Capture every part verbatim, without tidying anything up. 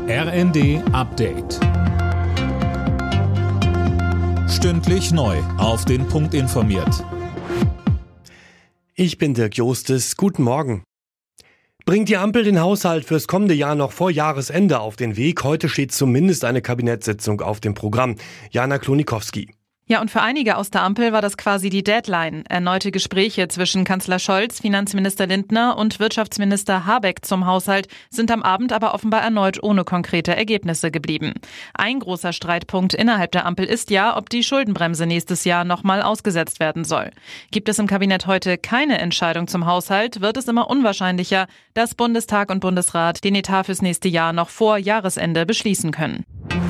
R N D Update. Stündlich neu auf den Punkt informiert. Ich bin Dirk Jostes. Guten Morgen. Bringt die Ampel den Haushalt fürs kommende Jahr noch vor Jahresende auf den Weg? Heute steht zumindest eine Kabinettssitzung auf dem Programm. Jana Klonikowski. Ja, und für einige aus der Ampel war das quasi die Deadline. Erneute Gespräche zwischen Kanzler Scholz, Finanzminister Lindner und Wirtschaftsminister Habeck zum Haushalt sind am Abend aber offenbar erneut ohne konkrete Ergebnisse geblieben. Ein großer Streitpunkt innerhalb der Ampel ist ja, ob die Schuldenbremse nächstes Jahr nochmal ausgesetzt werden soll. Gibt es im Kabinett heute keine Entscheidung zum Haushalt, wird es immer unwahrscheinlicher, dass Bundestag und Bundesrat den Etat fürs nächste Jahr noch vor Jahresende beschließen können.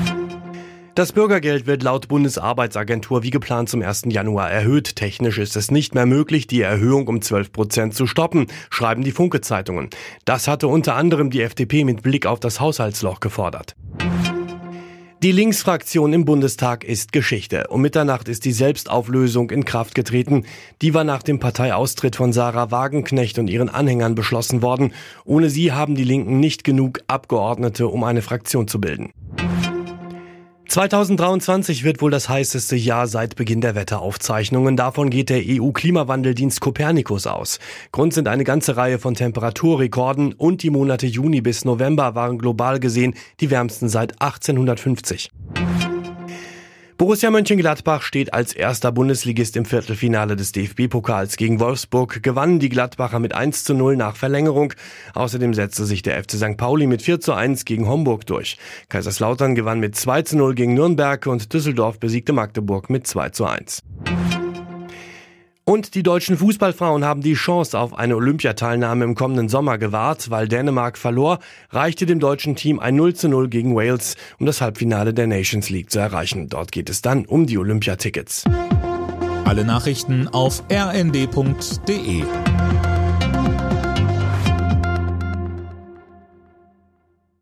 Das Bürgergeld wird laut Bundesarbeitsagentur wie geplant zum ersten Januar erhöht. Technisch ist es nicht mehr möglich, die Erhöhung um zwölf Prozent zu stoppen, schreiben die Funke-Zeitungen. Das hatte unter anderem die F D P mit Blick auf das Haushaltsloch gefordert. Die Linksfraktion im Bundestag ist Geschichte. Um Mitternacht ist die Selbstauflösung in Kraft getreten. Die war nach dem Parteiaustritt von Sarah Wagenknecht und ihren Anhängern beschlossen worden. Ohne sie haben die Linken nicht genug Abgeordnete, um eine Fraktion zu bilden. zweitausenddreiundzwanzig wird wohl das heißeste Jahr seit Beginn der Wetteraufzeichnungen. Davon geht der E U-Klimawandeldienst Copernicus aus. Grund sind eine ganze Reihe von Temperaturrekorden und die Monate Juni bis November waren global gesehen die wärmsten seit achtzehnhundertfünfzig. Borussia Mönchengladbach steht als erster Bundesligist im Viertelfinale des D F B-Pokals gegen Wolfsburg. Gewannen die Gladbacher mit eins zu null nach Verlängerung. Außerdem setzte sich der F C Sankt Pauli mit vier zu eins gegen Homburg durch. Kaiserslautern gewann mit zwei zu null gegen Nürnberg und Düsseldorf besiegte Magdeburg mit zwei zu eins. Und die deutschen Fußballfrauen haben die Chance auf eine Olympiateilnahme im kommenden Sommer gewahrt. Weil Dänemark verlor, reichte dem deutschen Team ein null zu null gegen Wales, um das Halbfinale der Nations League zu erreichen. Dort geht es dann um die Olympiatickets. Alle Nachrichten auf r n d punkt d e.